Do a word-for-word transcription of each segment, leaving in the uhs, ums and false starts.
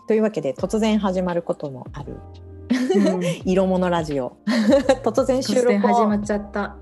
というわけで突然始まることもある、 うん、 色物ラジオ突然収録を突然始まっちゃった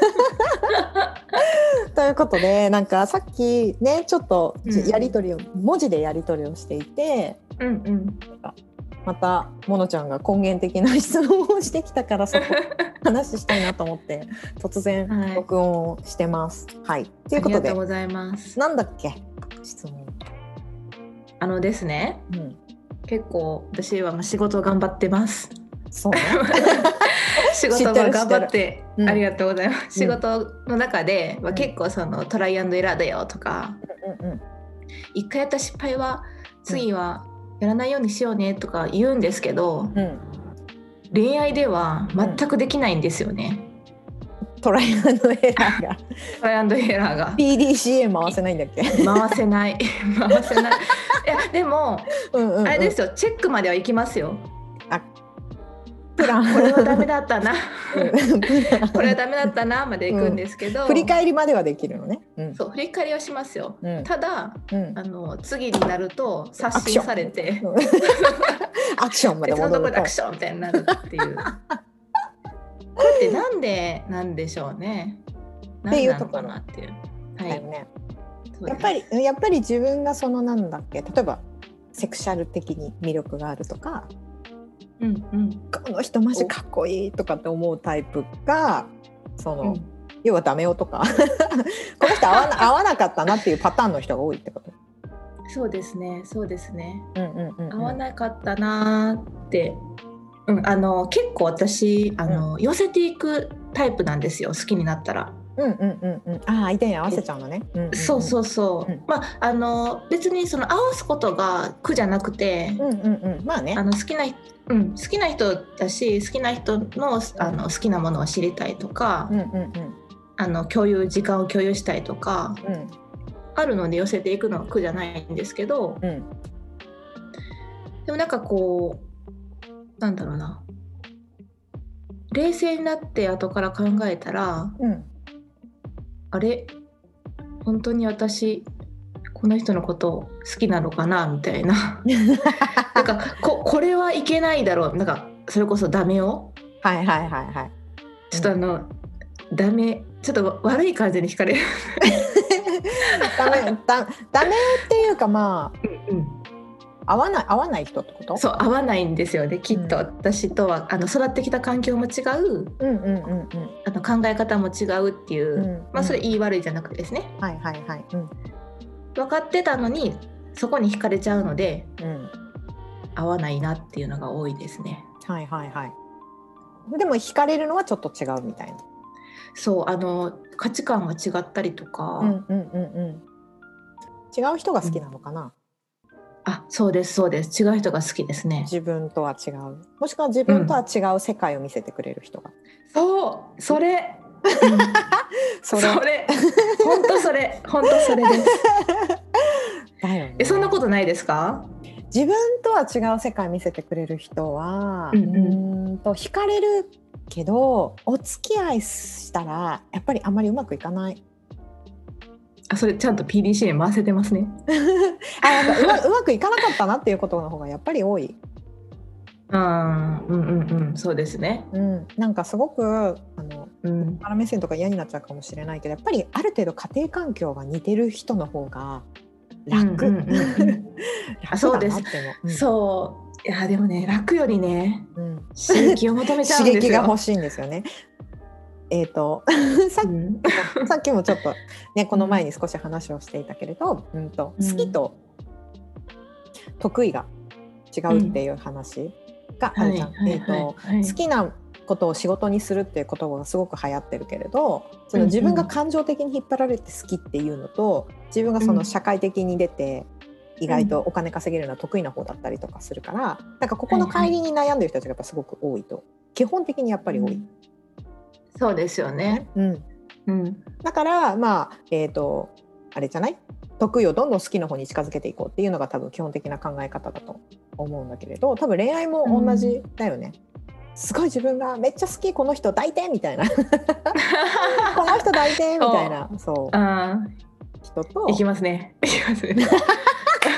ということで、なんかさっきねちょっとやり取りを、 うん、 文字でやり取りをしていて、 うんうん、 またモノちゃんが根源的な質問をしてきたから、そこ話したいなと思って突然録音をしてます。はい、と、はい、いうことで、 ありがとうございます。 なんだっけ質問。 あのですね、うん、結構私は仕事頑張ってます。 そうね仕事は頑張って、 うん、 ありがとうございます、うん、仕事の中で、まあ、結構そのトライアンドエラーだよとか、うんうんうん、一回やった失敗は次はやらないようにしようねとか言うんですけど、うん、恋愛では全くできないんですよね、 うん、トライアンドエラーがトライアンドエラーがピーディーシーエー 回せないんだっけ回せない回せないいやでも、うんうんうん、あれですよ、チェックまではいきますよ。あプランこれはダメだったなこれはダメだったなまで行くんですけど、うん、 振り返りまではできるのね、 うん、そう振り返りはしますよ、うん、ただ、うん、あの次になると刷新されてアクションまで戻ると別のところでアクションみたいになるっていうこれってなんでなんでしょうね、 っていうところなんなのかなっていう、はい、 だよね。やっぱりやっぱり自分がそのなんだっけ、例えばセクシャル的に魅力があるとか、うんうん、この人マジかっこいいとかって思うタイプがその、うん、要はダメ男とかこの人合わな、合わなかったなっていうパターンの人が多いってこと。 そうですねそうですね、うんうんうんうん、合わなかったなって、うん、あの結構私あの、うん、寄せていくタイプなんですよ、好きになったら。 うんうんうんうん、あ、相手に合わせちゃうのね、うんうんうん、 そうそうそう、うん、まああの別にその合わすことが苦じゃなくて、うんうんうん、まあね、あの好きな、うん、好きな人だし好きな人 の, あの好きなものを知りたいとか、うんうんうん、あの共有時間を共有したいとか、うん、あるので寄せていくのは苦じゃないんですけど、うん、でもなんかこうなんだろうな、冷静になって後から考えたら、うん、あれ本当に私この人のこと好きなのかなみたいななんか こ, これはいけないだろう、なんかそれこそダメをはいはいはいはい、 ちょっとあの、うん、ダメちょっと悪い感じに惹かれるダメだダメっていうかまあ、うんうん、合わない合わない人ってこと？ そう合わないんですよねきっと、うん、私とはあの育ってきた環境も違う、うんうんうんうん、あの考え方も違うっていう、うんうん、まあそれ言い悪いじゃなくてですね、はいはいはい、うん、分かってたのにそこに惹かれちゃうので、うん、合わないなっていうのが多いですね。 はいはいはい。でも惹かれるのはちょっと違うみたいな。 そうあの価値観が違ったりとか、うんうんうんうん、 違う人が好きなのかな、うん、 あ、そうですそうです、違う人が好きですね。 自分とは違う、もしくは自分とは違う世界を見せてくれる人が、うん、 そうそれ、うん、それそれ本当それ本当それですだよね。え、そんなことないですか？ 自分とは違う世界見せてくれる人は、うんうん、うーんと惹かれるけどお付き合いしたらやっぱりあまりうまくいかない。 あ、それちゃんと ピーディーシー に回せてますねあ、やっぱうま、うまくいかなかったなっていうことの方がやっぱり多い。 あ、うんうんうん、そうですね、 うん、なんかすごくあの、うん、パラ目線とか嫌になっちゃうかもしれないけど、やっぱりある程度家庭環境が似てる人の方が楽、うんうんうんうん、楽そうです、うん、そういやでもね楽よりね、うん、刺激を求めちゃうんですよ刺激が欲しいんですよね。えーとさ, うん、さっきもちょっとねこの前に少し話をしていたけれど、うん、と好きと得意が違うっていう話があるじゃん。好きなことを仕事にするっていう言葉がすごく流行ってるけれど、その自分が感情的に引っ張られて好きっていうのと、自分がその社会的に出て意外とお金稼げるのは得意な方だったりとかするから、なんかここの乖離に悩んでる人たちがやっぱすごく多いと、基本的にやっぱり多い、うん、 そうですよね、 うんうん、だからまあえーとあれじゃない、得意をどんどん好きな方に近づけていこうっていうのが多分基本的な考え方だと思うんだけれど、多分恋愛も同じだよね、うん、すごい自分がめっちゃ好きこの人抱いてみたいなこの人抱いてみたいな、そうあ人といきますねいきますね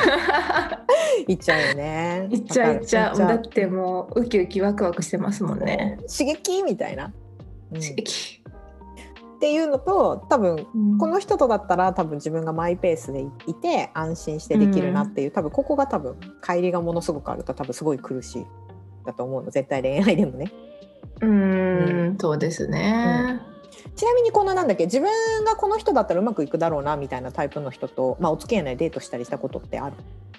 いっちゃうよね。 いっちゃういっちゃう。だってもうウキウキワクワクしてますもんね。 刺激みたいな、 うん、刺激っていうのと、多分この人とだったら多分自分がマイペースでいて安心してできるなっていう、うん、多分ここが多分乖離がものすごくあると多分すごい苦しいだと思うの、絶対恋愛でもね。 うーん、うん、そうですね、 うん、ちなみにこのなんだっけ、自分がこの人だったらうまくいくだろうなみたいなタイプの人と、まあ、お付き合いないデートしたりしたことってある？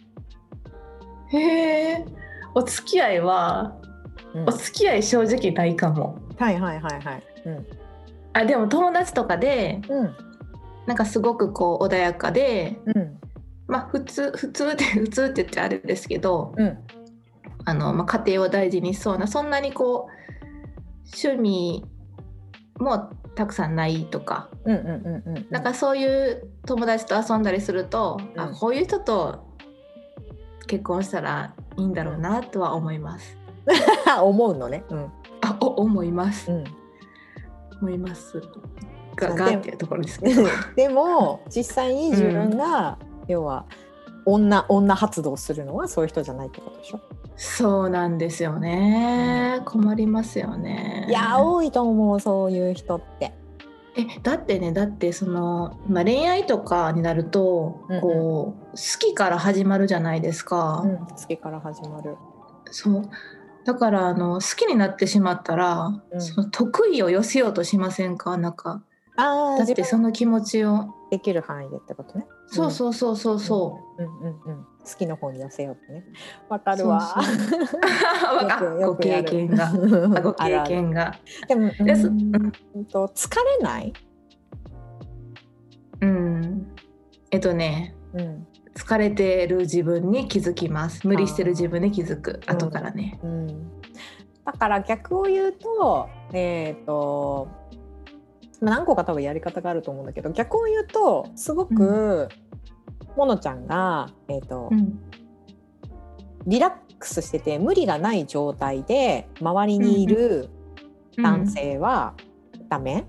へー、お付き合いは、うん、お付き合い正直ないかも。 はいはいはいはい、うん、 あ、でも友達とかで、うん、なんかすごくこう穏やかで、うん、まあ普通普通って普通って言ってあれですけど、うん、あのまあ、家庭を大事にしそうな、そんなにこう趣味もたくさんないとか、うんうんうんうん、なんかそういう友達と遊んだりすると、うん、あ、こういう人と結婚したらいいんだろうなとは思います。 思うのね、うん、 あ、お思います、うん、思いますががっていうところですけどでも実際に自分が、うん、要は女女発動するのはそういう人じゃないってことでしょ。 そうなんですよね、うん、困りますよね。 いや多いと思う、そういう人って。 えだってね、だってその、まあ、恋愛とかになると、うんうん、こう好きから始まるじゃないですか、 うん、好きから始まる。 そうだからあの好きになってしまったら、うん、その得意を寄せようとしませんか？なんかあだってその気持ちをできる範囲でってことね。 そうそうそうそうそう、 うんうんうんうん、好きの方に寄せようってね。わかるわ。 そうそうご経験がご経験がでもです、うん、と疲れない？ うんえっとね、うん、疲れてる自分に気づきます。無理してる自分に気づく、後からね、うんうん、 だから逆を言うと、えーと何個か多分やり方があると思うんだけど、逆を言うとすごく、うん、モノちゃんが、えーとうん、リラックスしてて無理がない状態で周りにいる男性はダメ？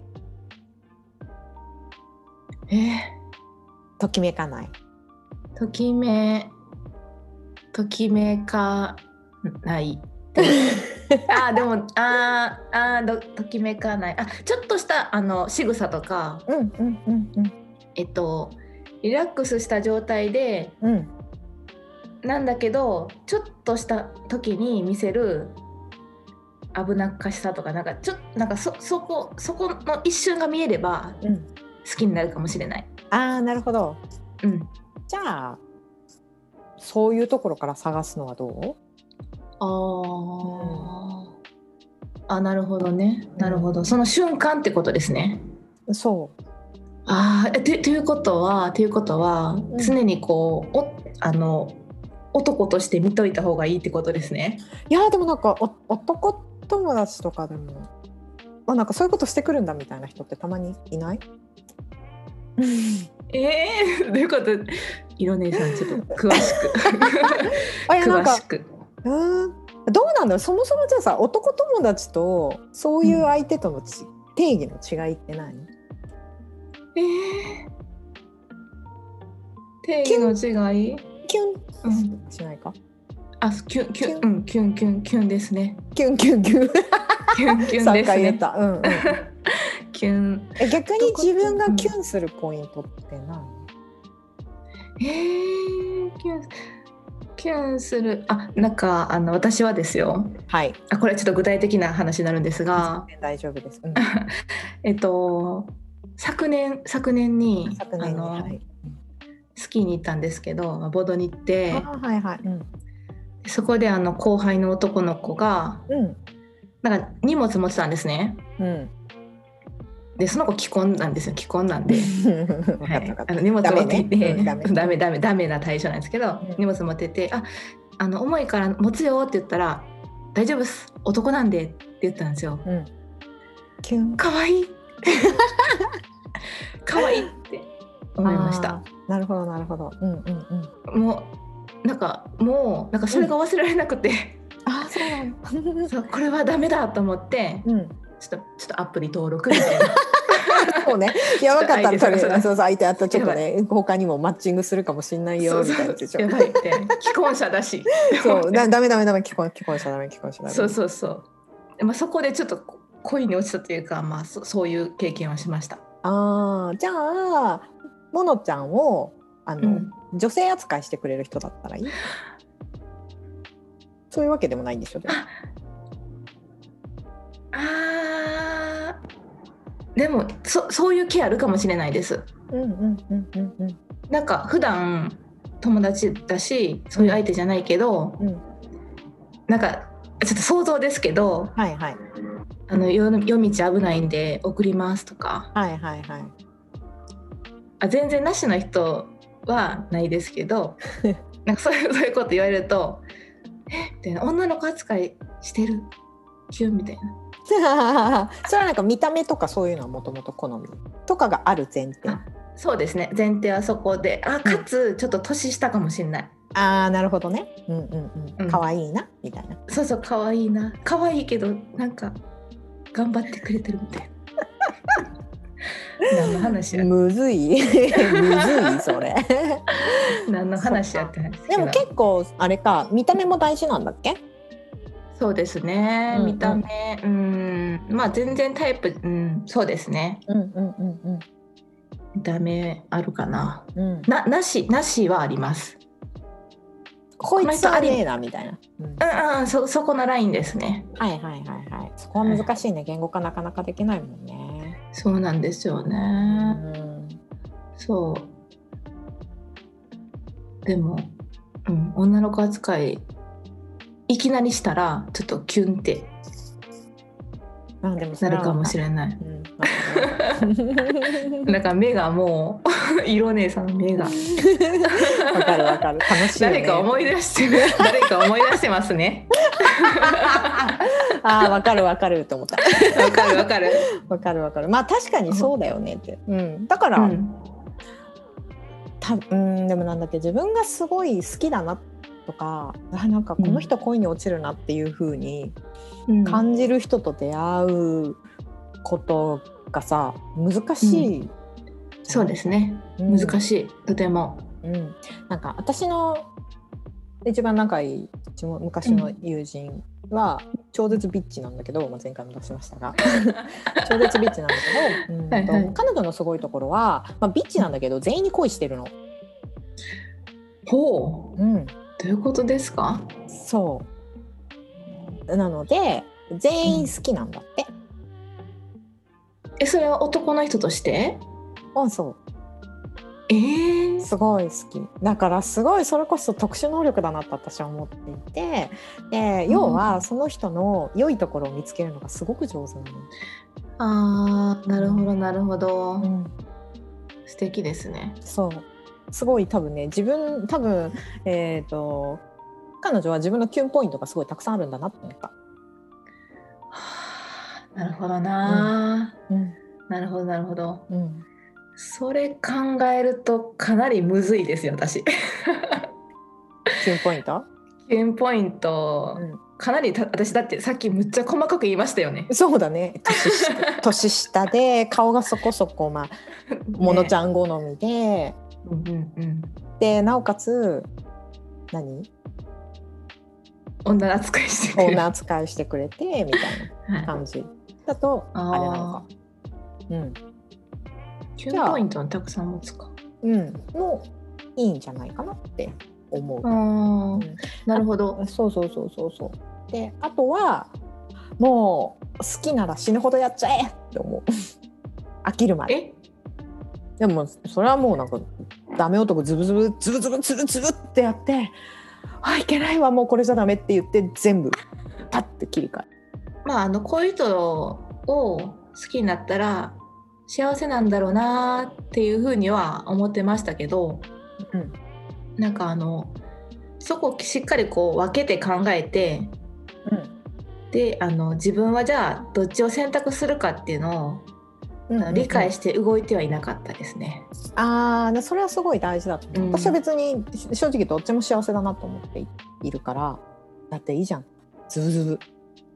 うんうん、えー、ときめかない？ ときめときめかないあでもああどときめかない、あちょっとしたあの仕草とか、うんうんうんうん、えっとリラックスした状態で、うん、なんだけどちょっとした時に見せる危なっかしさとか、なんかちょなんか そ, そこそこの一瞬が見えれば、うん、好きになるかもしれない。 あーなるほど、うん、じゃあそういうところから探すのはどう？ あ、うん、あ、なるほどね、なるほど、うん、その瞬間ってことですね。 そう。 ああ、てということはということは、うん、常にこうおあの男として見といた方がいいってことですね。 いやでもなんかお男友達とかでも、まあ、なんかそういうことしてくるんだみたいな人ってたまにいない？ えー、どういうこと？色姉さんちょっと詳しく詳しく。 うん、どうなんだろう、そもそもじゃあさ、男友達とそういう相手とのち、うん、定義の違いって何？ えー、定義の違い？ キュン、うん、しないか？ あ、キュンキュン、うん、キュンキュンキュンですね。 キュンキュンキュンキュンキュンですね。さんかい言った、うんうん、キュン。 え、逆に自分がキュンするポイントって何？ えー、キュンキュンする、あ、なんかあの私はですよ、はい、あ、これちょっと具体的な話になるんですが、 大丈夫です、うん、 えっと昨年昨年に昨年にあの、はい、スキーに行ったんですけど、ボードに行って、あ、はいはい、うん、そこであの後輩の男の子が、うん、なんか荷物持ってたんですね、うん、でその子既婚なんですよ、既婚なんで、はい、あの荷物持っていて、ね、うん、ダメダメダメダメな対象なんですけど、うん、荷物持ってて、あ、あの重いから持つよって言ったら、大丈夫っす、男なんでって言ったんですよ、うん、キュン、かわいいかわいいって思いました。 なるほどなるほど、うんうんうん、もうなんかもうなんかそれが忘れられなくて、 うん、あ、そうなのそう、これはダメだと思って、うん、 ちょっとちょっとアプリ登録みたいなそうね、やばかったらそれそうそう相手あとちょっとやね他にもマッチングするかもしれないよみたいなでしょ。 やばいって既婚者だしそうだダメダメダメ既婚既婚者ダメ既婚者ダメ。 そうそうそう、まあ、そこでちょっと恋に落ちたというか、まあ、そ, そういう経験をしました。 あーじゃあモノちゃんをあの、うん、女性扱いしてくれる人だったらいい？そういうわけでもないんでしょ。でもあでも そ, そういう気あるかもしれないです。 うんうんうんうんうん。 なんか普段友達だしそういう相手じゃないけど、うん、なんかちょっと想像ですけど、 はいはい、 あの夜道危ないんで送りますとか、 はいはいはい、 あ全然なしの人はないですけどなんかそういう、そういうこと言われるとえみたいな、女の子扱いしてるキュンみたいなそれはなんか見た目とかそういうのはもともと好みとかがある前提。 そうですね、前提はそこで、あかつちょっと年下かもしれない、 うん、あーなるほどね、うんうんうん、可愛いなみたいな。 そうそう可愛いな可愛いけどなんか頑張ってくれてるみたいな何の話やむずいむずいそれ何の話やって話でも結構あれか見た目も大事なんだっけ？ そうですね、うんうん、見た目うんまあ全然タイプ、うん、そうですね、うんうんうんうん、見た目あるかな、うん、な, なしなしはあります。 こいつはねえなみたいな、 うんうんうん、そ, そこのラインですね。 はいはいはいはい、そこは難しいね、はい、言語化なかなかできないもんね。 そうなんですよね、うん、そうでも、うん、女の子扱いいきなりしたらちょっとキュンってなるかもしれない。なんか目がもう色姉さんの目がわかるわかる、楽しいよね。 誰か思い出して誰か思い出してますねあーわかるわかると思った。 わかるわかるわかるわかる、まあ確かにそうだよねって、うん、だから、うん、たうんでもなんだっけ、自分がすごい好きだなとか、あなんかこの人恋に落ちるなっていう風に感じる人と出会うことがさ難しい、うん、 そうですね、難しい、とても、 うん、なんか私の一番仲いい昔の友人は超絶ビッチなんだけど、まあ、前回も出しましたが超絶ビッチなんだけど、うんはいはい、彼女のすごいところは、まあ、ビッチなんだけど全員に恋してるの。 ほう、うん、どういうことですか？ そうなので全員好きなんだって、 うん、えそれは男の人として？ あそうえー、 すごい好きだから、すごいそれこそ特殊能力だなと私は思っていて、で要はその人の良いところを見つけるのがすごく上手なの。 あーなるほどなるほど、うん、素敵ですね。 そうすごい多分ね自分多分えっと彼女は自分のキュンポイントがすごいたくさんあるんだなと思った。 はあ、なるほどな、うんうん、なるほどなるほど、うん、それ考えるとかなりむずいですよ私キュンポイントキュンポイント、うん、かなりた私だってさっきむっちゃ細かく言いましたよね。 そうだね、年下, 年下で顔がそこそこまあモノちゃん好みで、ね、うんうんうん、でなおかつ何女扱いしてくれ女扱いしてくれてみたいな感じだと、はい、あれなのか、うん、 キュンポイントはたくさん持つか、 うん、もういいんじゃないかなって思う。あ、 うん、なるほど。 そうそうそうそうそうで、あとはもう好きなら死ぬほどやっちゃえって思う飽きるまで。えでもそれはもうなんかダメ男ズブズブズブズブズブズブってやってあいけないわもうこれじゃダメって言って全部パッて切り替え。 まああのこういう人を好きになったら幸せなんだろうなっていうふうには思ってましたけど、うん、なんかあのそこをしっかりこう分けて考えて、うん、であの自分はじゃあどっちを選択するかっていうのを、うんうんうん、理解して動いてはいなかったですね。 ああ、それはすごい大事だと思う、うん、私は別に正直どっちも幸せだなと思っているから、だっていいじゃん、ズブズブズ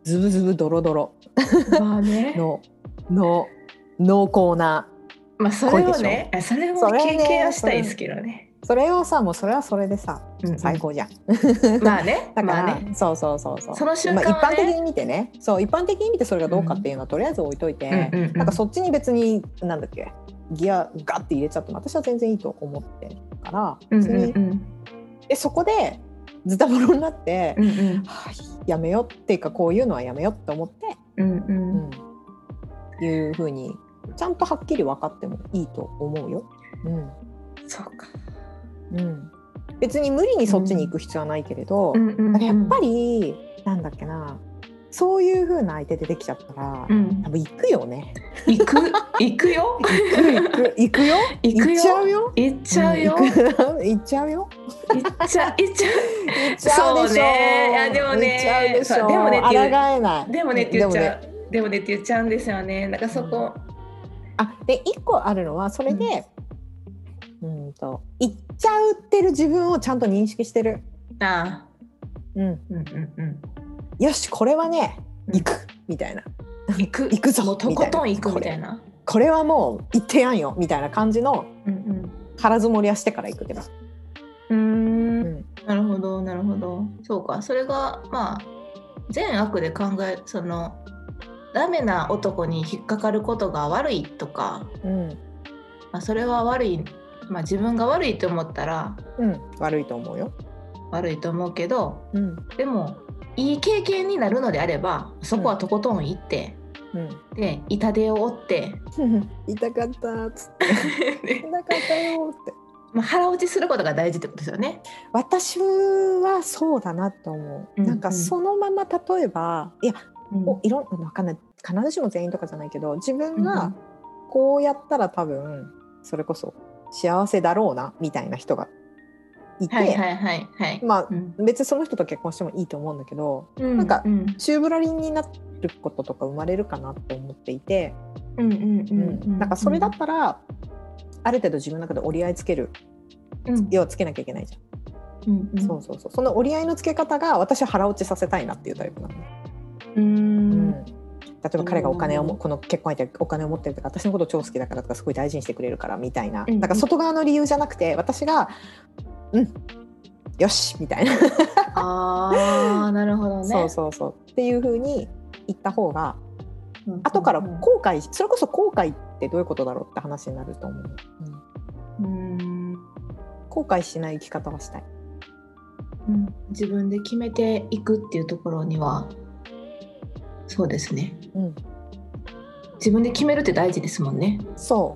ズブズブドロドロまあねのの濃厚なまあそれをねそれも経験はしたいですけどね。 それをさもうそれはそれでさ、うん、最高じゃんまあねだから、 まあね、 そうそうそうそうその瞬間はね、 まあ、一般的に見てねそう一般的に見てそれがどうかっていうのはとりあえず置いといて、うんうんうん、なんかそっちに別になんだっけギアガッて入れちゃっても私は全然いいと思ってるから別に、うんうんうん、でそこでズタボロになって、うんうんはあ、やめよっていうかこういうのはやめよって思って、うんうんうん、いう風にちゃんとはっきり分かってもいいと思うよ。うん、 そうか、 うん、別に無理にそっちに行く必要はないけれど、うんうんうん、やっぱりなんだっけなそういう風な相手でできちゃったら、うん、多分行くよね。 行く行くよ行く行くよ行っちゃうよ行っちゃうよ行っちゃうよ行っちゃう行っちゃう行っちゃうでしょ。そうねいやでもね行っちゃうでしょ。 でもねって言う抗えないでもねって言っちゃうでもねって言っちゃうんですよね。なんかそこ、うん、 あで一個あるのはそれで、うん、うんと行っちゃうってる自分をちゃんと認識してる。 ああ、 うんうんうんうん。よしこれはね行く、うん、みたいな行く行くぞもうとことん行くみたいなこれはもう行ってやんよみたいな感じの腹積もりはしてから行くけど、 うーん、うん、なるほどなるほどそうかそれがまあ善悪で考えそのダメな男に引っかかることが悪いとか、うんまあ、それは悪い、まあ、自分が悪いと思ったら、 うん、悪いと思うよ悪いと思うけど、うん、でもいい経験になるのであればそこはとことん行って、うん、で痛手を負って痛かったっつって痛かったよってまあ腹落ちすることが大事ってことですよね。 私はそうだなと思う、うんうん、なんかそのまま例えばいや、うん、いろんなわかんない必ずしも全員とかじゃないけど自分がこうやったら多分それこそ幸せだろうなみたいな人がいて、はいはいはいはい、まあ、うん、別にその人と結婚してもいいと思うんだけど、うん、なんか宙ぶらりんになることとか生まれるかなと思っていて、うんうんうんうん、なんかそれだったらある程度自分の中で折り合いつける、うん、要はつけなきゃいけないじゃん、うんうん、そうそうそうその折り合いのつけ方が私は腹落ちさせたいなっていうタイプなの。うーん、うん例えば彼がお金をこの結婚相手がお金を持ってるとか私のこと超好きだからとかすごい大事にしてくれるからみたいな、うんうん、なんか外側の理由じゃなくて私がうんよしみたいなあーなるほどねそうそうそうっていう風に言った方が、うんうんうん、後から後悔それこそ後悔ってどういうことだろうって話になると思う、うん、うーん後悔しない生き方はしたい、 うん、自分で決めていくっていうところにはそうですね、うん、自分で決めるって大事ですもんね。 そう、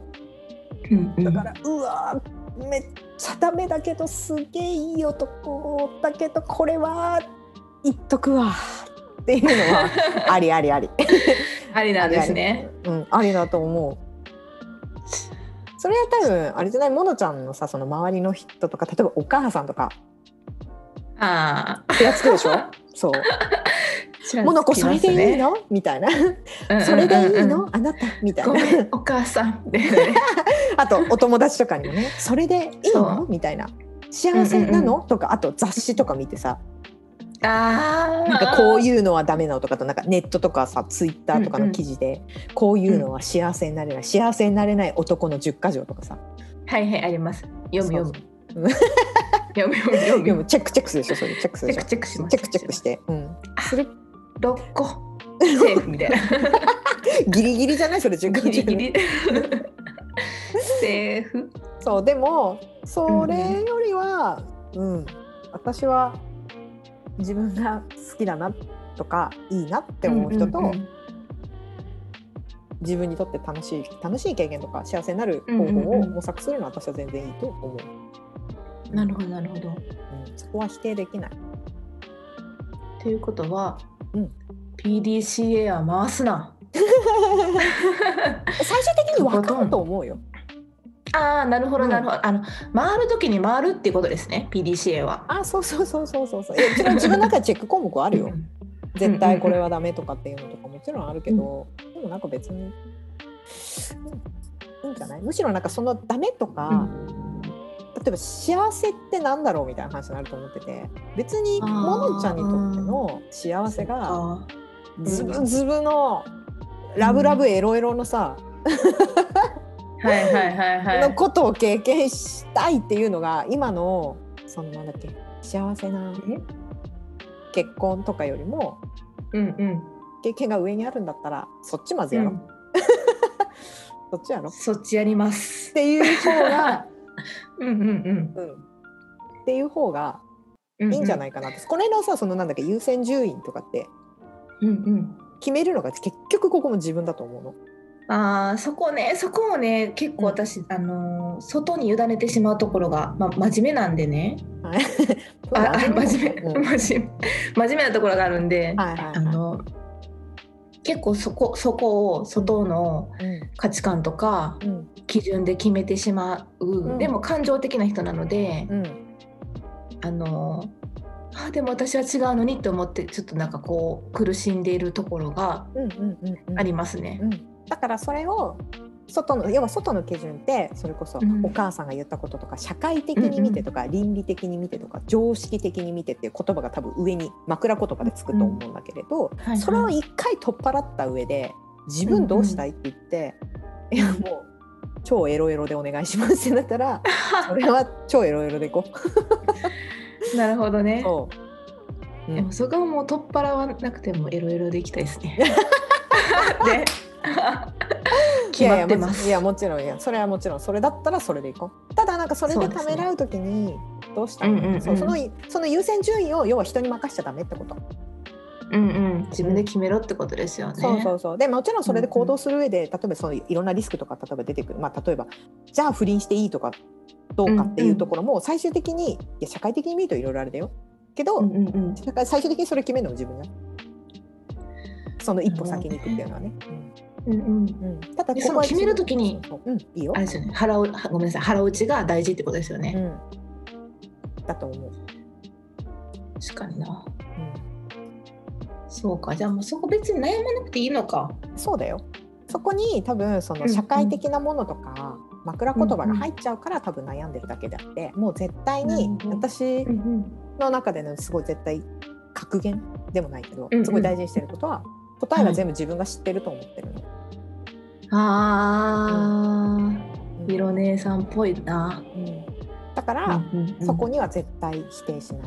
うんうん、だからうわめっちゃダメだけどすげえいい男だけどこれは言っとくわっていうのはありありありありなんですね。 ありあり、うん、ありだと思う。それは多分あれじゃないモノちゃんのさその周りの人とか例えばお母さんとかあ手がつくでしょそうモノコそれでいいのみたいなそれでいいのあなたみたいなごめんお母さんあとお友達とかにもねそれでいいのみたいな幸せなの、うんうんうん、とかあと雑誌とか見てさあなんかこういうのはダメなのとかとなんかネットとかさツイッターとかの記事で、うんうん、こういうのは幸せになれない、うん、幸せになれない男のじゅっかじょうとかさはいはいあります読む読む読む読む読むチェックチェックするでしょそれチェックするでしょチェックチェックしますチェックチェックして、うん、するろっこセーフみたいなギリギリじゃないそれじゅっかじょうギリギリセーフそうでもそれよりは、うん、うん、私は自分が好きだなとかいいなって思う人と、うんうんうん、自分にとって楽しい楽しい経験とか幸せになる方法を模索するのは私は全然いいと思う、 うんうん、なるほどなるほど、うん、 そこは否定できないということは、うん、ピーディーシーエー は回すな最終的に分かると思うよ。 ああなるほどなるほど、うん、あの回る時に回るっていうことですね ピーディーシーエー は。 あそうそうそうそうそうそうもちろん自分の中でチェック項目はあるよ、うん、絶対これはダメとかっていうのとかもちろんあるけど、うん、でもなんか別に、うん、いいんじゃない。むしろなんかそのダメとか、うん、例えば幸せってなんだろうみたいな話になると思ってて別にモノちゃんにとっての幸せがズブズブのラブラブエロエロのさ、 うん、はいはいはいはいのことを経験したいっていうのが今のそのなんだっけ幸せな結婚とかよりも、 うんうん、 経験が上にあるんだったらそっちまずやろ、うん、そっちやろそっちやりますっていう方がうんうんうん、 うん、っていう方がいいんじゃないかなって、うんうん、この間さそのなんだっけ優先順位とかって、うんうん、決めるのが結局ここも自分だと思うの。 あそこねそこもね結構私、うん、あの外に委ねてしまうところが、ま、真面目なんでねああ真面目、うん、真面目真面目なところがあるんで、はいはいはい、あの結構そこそこを外の価値観とか基準で決めてしまう、うん、でも感情的な人なので、うん、あのあでも私は違うのにって思ってちょっとなんかこう苦しんでいるところがありますね、 うんうんうんうん、だからそれを外の要は外の基準ってそれこそお母さんが言ったこととか、うん、社会的に見てとか、うん、倫理的に見てとか常識的に見てっていう言葉が多分上に枕言葉でつくと思うんだけれど、うんはいはい、それを一回取っ払った上で自分どうしたいって言って、うん、いやもう超エロエロでお願いしますってなったらそれは超エロエロでいこうなるほどね。 そう、 うん、でもそこはもう取っ払わなくてもエロエロでいきたいですねで決まってます。 いやいやもちろんいやそれはもちろんそれだったらそれでいこう。ただなんかそれでためらうときにどうしたの、ね、そうそのその優先順位を要は人に任しちゃダメってこと。 うんうん、自分で決めろってことですよね。 そうそうそう。でもちろんそれで行動する上で、うんうん、例えばそういういろんなリスクとか例えば出てくる、まあ、例えばじゃあ不倫していいとかどうかっていうところも最終的に、うんうん、いや社会的に見るといろいろあれだよけど、うんうんうん、最終的にそれ決めるのも自分だ。その一歩先に行くっていうのはね。 うんうんうん、ただここその決めるときにそうそう、うん、いいよあれですよね、腹をごめんなさい腹打ちが大事ってことですよね、 うん、だと思う。 確かにな、うん、そうかじゃあもうそこ別に悩まなくていいのか。 そうだよ。そこに多分その社会的なものとか、うんうん、枕言葉が入っちゃうから多分悩んでるだけであって、もう絶対に私の中でのすごい絶対格言でもないけどすごい大事にしてることは、答えは全部自分が知ってると思ってるの、はい、 あー、ひろ姉さんっぽいな、 うん、だから、うんうんうん、そこには絶対否定しない。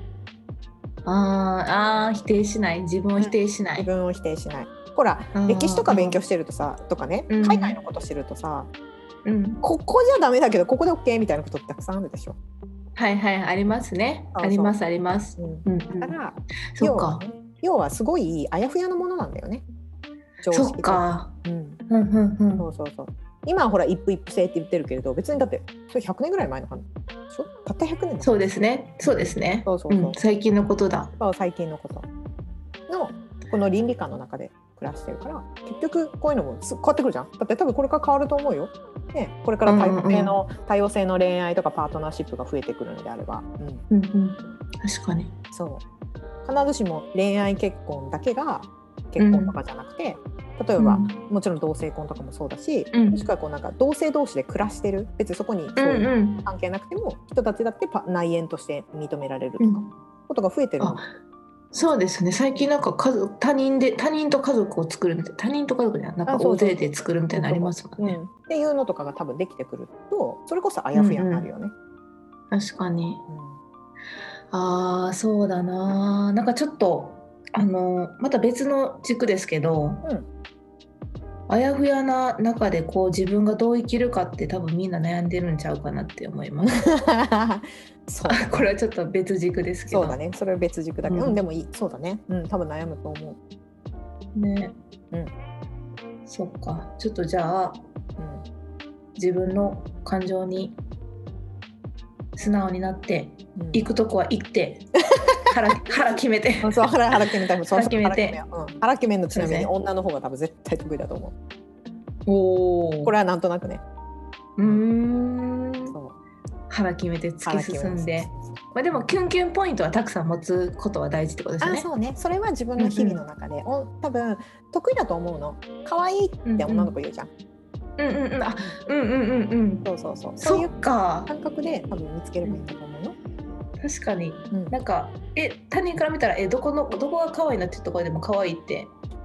あーあー否定しない自分を否定しない、 うん、自分を否定しない。ほら歴史とか勉強してるとさとかね、うん、海外のこと知るとさ、うん、ここじゃダメだけどここで OK みたいなことってたくさんあるでしょ。 はいはいありますね。そうそうありますあります、うんうん、 だからそうか要はすごいあやふやなものなんだよね。 そっか、 うんうんうんうん、そうそうそう。今はほら一夫一夫制って言ってるけれど別にだってそれひゃくねんぐらい前の話でしょ。たったひゃくねんだ。 そうですねそうですね。そうそうそう、うん、最近のことだ。 そう最近のことのこの倫理観の中で暮らしてるから結局こういうのも変わってくるじゃん。だって多分これから変わると思うよ、ね、これから多様性の、うんうん、多様性の恋愛とかパートナーシップが増えてくるのであれば、 うんうんうん、確かにそう必ずしも恋愛結婚だけが結婚とかじゃなくて、うん、例えば、うん、もちろん同性婚とかもそうだし、うん、もしくはこうなんか同性同士で暮らしてる別にそこにそういう関係なくても、うんうん、人たちだって内縁として認められるとか、うん、ことが増えてるの。 そうですね最近なんか家族他人で他人と家族を作るみたいな他人と家族じゃなんか大勢で作るみたいなのありますもんね、うん、 っていうのとかが多分できてくるとそれこそあやふやになるよね、 うんうん、確かに、うん、ああそうだななんかちょっとあのまた別の軸ですけど、うん、あやふやな中でこう自分がどう生きるかって多分みんな悩んでるんちゃうかなって思いますそうこれはちょっと別軸ですけど。 そうだねそれは別軸だけど、うん、でもいいそうだね、うん、多分悩むと思うね、うん、そっかちょっとじゃあ、うん、自分の感情に素直になって、うん、行くとこは行って腹, 腹決めてそう腹腹決めた腹決めて腹決めるのちなみに女の方が多分絶対得意だと思う。おこれはなんとなくねうーんそう腹決めて突き進んで、まあ、でもキュンキュンポイントはたくさん持つことは大事ってことですよね。 あそうねそれは自分の日々の中で、うんうん、多分得意だと思うの。可愛いって女の子言うじゃん、 うんうんうんあうんうんうんうんそうそうそうそういう感覚で多分見つければいいと思うの。 確かに、うん、なんかえ他人から見たらえどこのどこが可愛いなっていうところでも可愛いって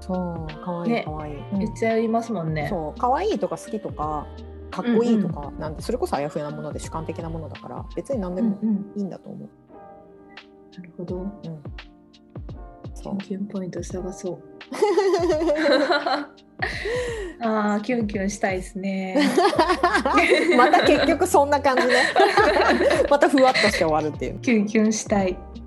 そうかわいい、ね、かわいい、 めっちゃ言いますもんね。 そうかわいいとか好きとかかっこいいとか、うんうん、なんてそれこそあやふやなもので主観的なものだから別に何でもいいんだと思う、 うんうん、なるほど、うん、 そうキュンキュンポイント探そうあーキュンキュンしたいですねまた結局そんな感じねまたふわっとして終わるっていう。 キュンキュンしたい